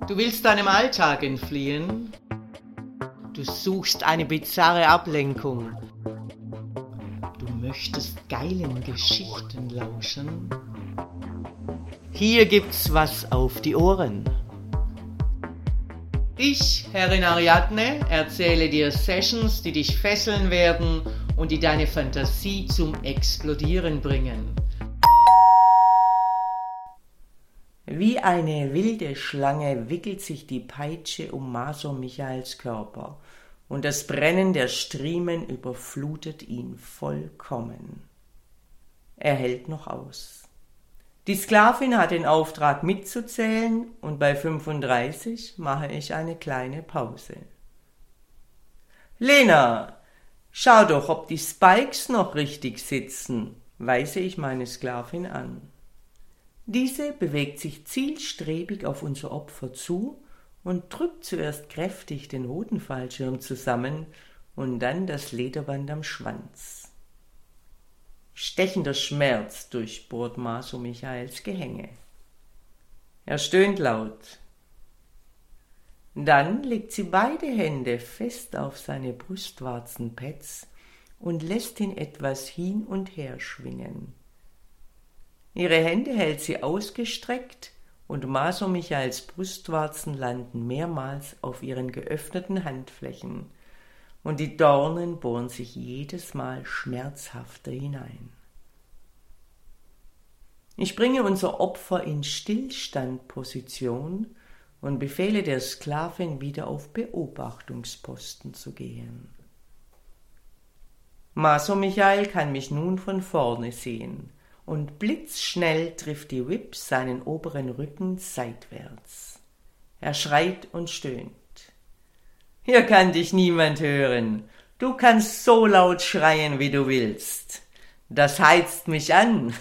Du willst deinem Alltag entfliehen? Du suchst eine bizarre Ablenkung. Du möchtest geilen Geschichten lauschen? Hier gibt's was auf die Ohren. Ich, Herrin Ariadne, erzähle dir Sessions, die dich fesseln werden und die deine Fantasie zum Explodieren bringen. Wie eine wilde Schlange wickelt sich die Peitsche um Maso Michaels Körper und das Brennen der Striemen überflutet ihn vollkommen. Er hält noch aus. Die Sklavin hat den Auftrag mitzuzählen und bei 35 mache ich eine kleine Pause. Lena, schau doch, ob die Spikes noch richtig sitzen, weise ich meine Sklavin an. Diese bewegt sich zielstrebig auf unser Opfer zu und drückt zuerst kräftig den Hodenfallschirm zusammen und dann das Lederband am Schwanz. Stechender Schmerz durchbohrt Maso Michaels Gehänge. Er stöhnt laut. Dann legt sie beide Hände fest auf seine Brustwarzenpads und lässt ihn etwas hin und her schwingen. Ihre Hände hält sie ausgestreckt und Maso Michaels Brustwarzen landen mehrmals auf ihren geöffneten Handflächen und die Dornen bohren sich jedes Mal schmerzhafter hinein. Ich bringe unser Opfer in Stillstandposition und befehle der Sklavin, wieder auf Beobachtungsposten zu gehen. Maso Michael kann mich nun von vorne sehen und blitzschnell trifft die Whip seinen oberen Rücken seitwärts. Er schreit und stöhnt. Hier kann dich niemand hören. Du kannst so laut schreien, wie du willst. Das heizt mich an.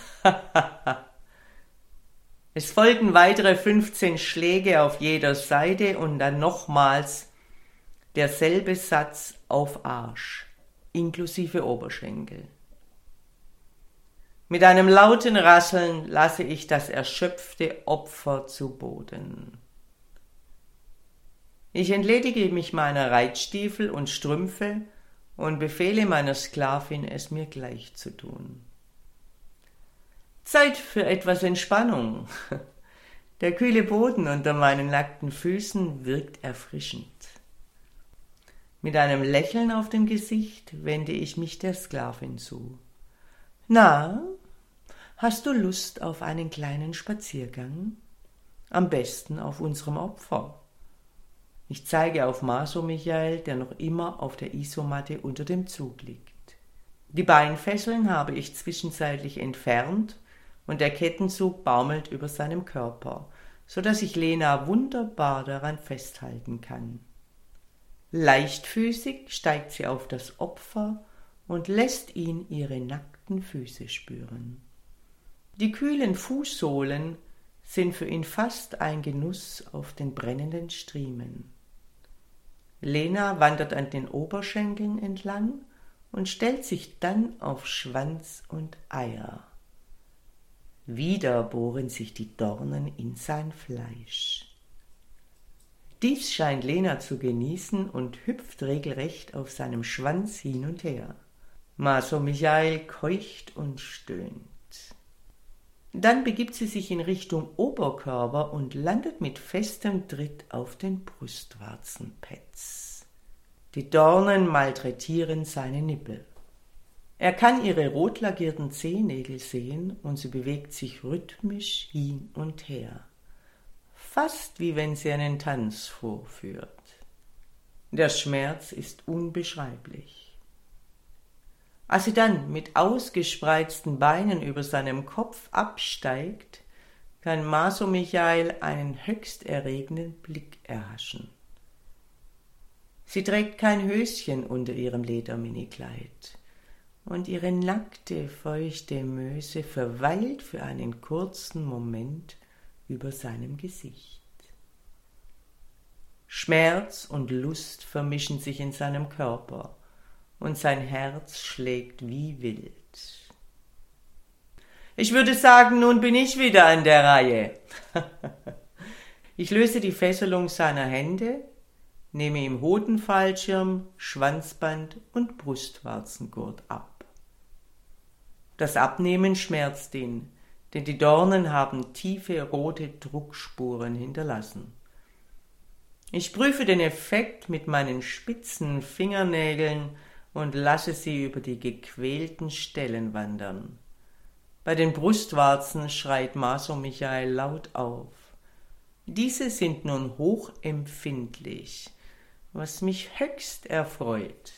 Es folgen weitere 15 Schläge auf jeder Seite und dann nochmals derselbe Satz auf Arsch, inklusive Oberschenkel. Mit einem lauten Rasseln lasse ich das erschöpfte Opfer zu Boden. Ich entledige mich meiner Reitstiefel und Strümpfe und befehle meiner Sklavin, es mir gleich zu tun. Zeit für etwas Entspannung. Der kühle Boden unter meinen nackten Füßen wirkt erfrischend. Mit einem Lächeln auf dem Gesicht wende ich mich der Sklavin zu. Na, hast du Lust auf einen kleinen Spaziergang? Am besten auf unserem Opfer. Ich zeige auf Maso Michael, der noch immer auf der Isomatte unter dem Zug liegt. Die Beinfesseln habe ich zwischenzeitlich entfernt und der Kettenzug baumelt über seinem Körper, so dass ich Lena wunderbar daran festhalten kann. Leichtfüßig steigt sie auf das Opfer und lässt ihn ihre nackten Füße spüren. Die kühlen Fußsohlen sind für ihn fast ein Genuss auf den brennenden Striemen. Lena wandert an den Oberschenkeln entlang und stellt sich dann auf Schwanz und Eier. Wieder bohren sich die Dornen in sein Fleisch. Dies scheint Lena zu genießen und hüpft regelrecht auf seinem Schwanz hin und her. Maso Michael keucht und stöhnt. Dann begibt sie sich in Richtung Oberkörper und landet mit festem Tritt auf den Brustwarzenpads. Die Dornen malträtieren seine Nippel. Er kann ihre rot lackierten Zehennägel sehen und sie bewegt sich rhythmisch hin und her. Fast wie wenn sie einen Tanz vorführt. Der Schmerz ist unbeschreiblich. Als sie dann mit ausgespreizten Beinen über seinem Kopf absteigt, kann Maso Michael einen höchst erregenden Blick erhaschen. Sie trägt kein Höschen unter ihrem Lederminikleid und ihre nackte, feuchte Möse verweilt für einen kurzen Moment über seinem Gesicht. Schmerz und Lust vermischen sich in seinem Körper und sein Herz schlägt wie wild. Ich würde sagen, nun bin ich wieder an der Reihe. Ich löse die Fesselung seiner Hände, nehme ihm Hodenfallschirm, Schwanzband und Brustwarzengurt ab. Das Abnehmen schmerzt ihn, denn die Dornen haben tiefe rote Druckspuren hinterlassen. Ich prüfe den Effekt mit meinen spitzen Fingernägeln und lasse sie über die gequälten Stellen wandern. Bei den Brustwarzen schreit Maso Michael laut auf. Diese sind nun hochempfindlich, was mich höchst erfreut.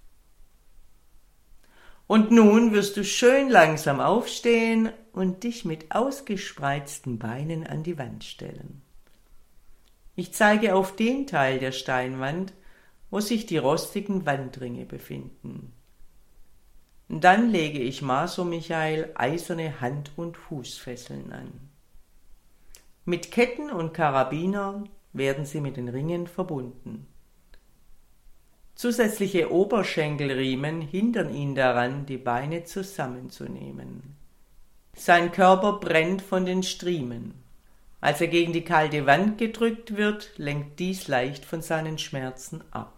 Und nun wirst du schön langsam aufstehen und dich mit ausgespreizten Beinen an die Wand stellen. Ich zeige auf den Teil der Steinwand, wo sich die rostigen Wandringe befinden. Dann lege ich Maso Michael eiserne Hand- und Fußfesseln an. Mit Ketten und Karabiner werden sie mit den Ringen verbunden. Zusätzliche Oberschenkelriemen hindern ihn daran, die Beine zusammenzunehmen. Sein Körper brennt von den Striemen. Als er gegen die kalte Wand gedrückt wird, lenkt dies leicht von seinen Schmerzen ab.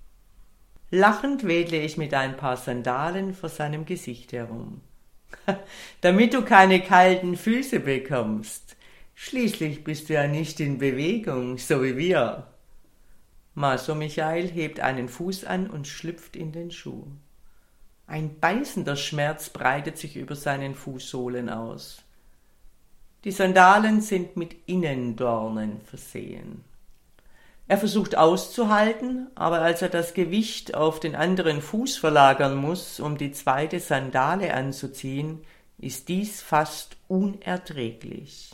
Lachend wedle ich mit ein paar Sandalen vor seinem Gesicht herum. Damit du keine kalten Füße bekommst. Schließlich bist du ja nicht in Bewegung, so wie wir. Maso Michael hebt einen Fuß an und schlüpft in den Schuh. Ein beißender Schmerz breitet sich über seinen Fußsohlen aus. Die Sandalen sind mit Innendornen versehen. Er versucht auszuhalten, aber als er das Gewicht auf den anderen Fuß verlagern muss, um die zweite Sandale anzuziehen, ist dies fast unerträglich.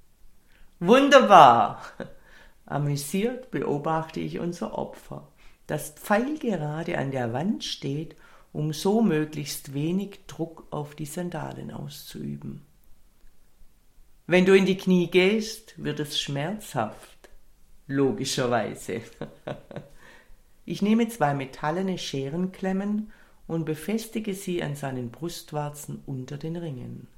Wunderbar! Amüsiert beobachte ich unser Opfer, das pfeilgerade an der Wand steht, um so möglichst wenig Druck auf die Sandalen auszuüben. Wenn du in die Knie gehst, wird es schmerzhaft. Logischerweise. Ich nehme 2 metallene Scherenklemmen und befestige sie an seinen Brustwarzen unter den Ringen.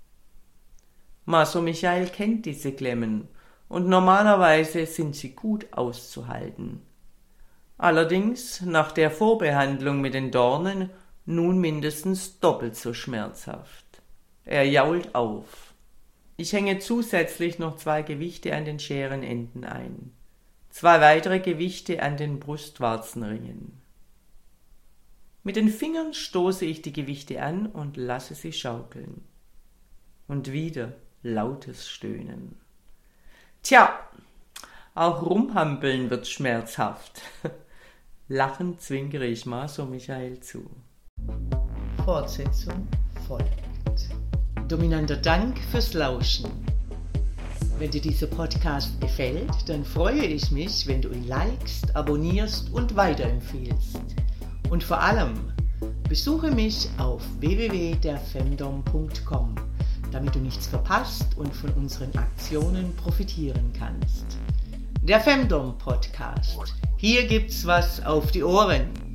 Maso Michael kennt diese Klemmen und normalerweise sind sie gut auszuhalten. Allerdings nach der Vorbehandlung mit den Dornen nun mindestens doppelt so schmerzhaft. Er jault auf. Ich hänge zusätzlich noch 2 Gewichte an den Scherenenden ein. 2 weitere Gewichte an den Brustwarzenringen. Mit den Fingern stoße ich die Gewichte an und lasse sie schaukeln. Und wieder lautes Stöhnen. Tja, auch rumhampeln wird schmerzhaft. Lachend zwinkere ich Maso Michael zu. Fortsetzung folgt. Dominanter Dank fürs Lauschen. Wenn dir dieser Podcast gefällt, dann freue ich mich, wenn du ihn likest, abonnierst und weiterempfiehlst. Und vor allem, besuche mich auf www.derfemdom.com, damit du nichts verpasst und von unseren Aktionen profitieren kannst. Der Femdom Podcast. Hier gibt's was auf die Ohren.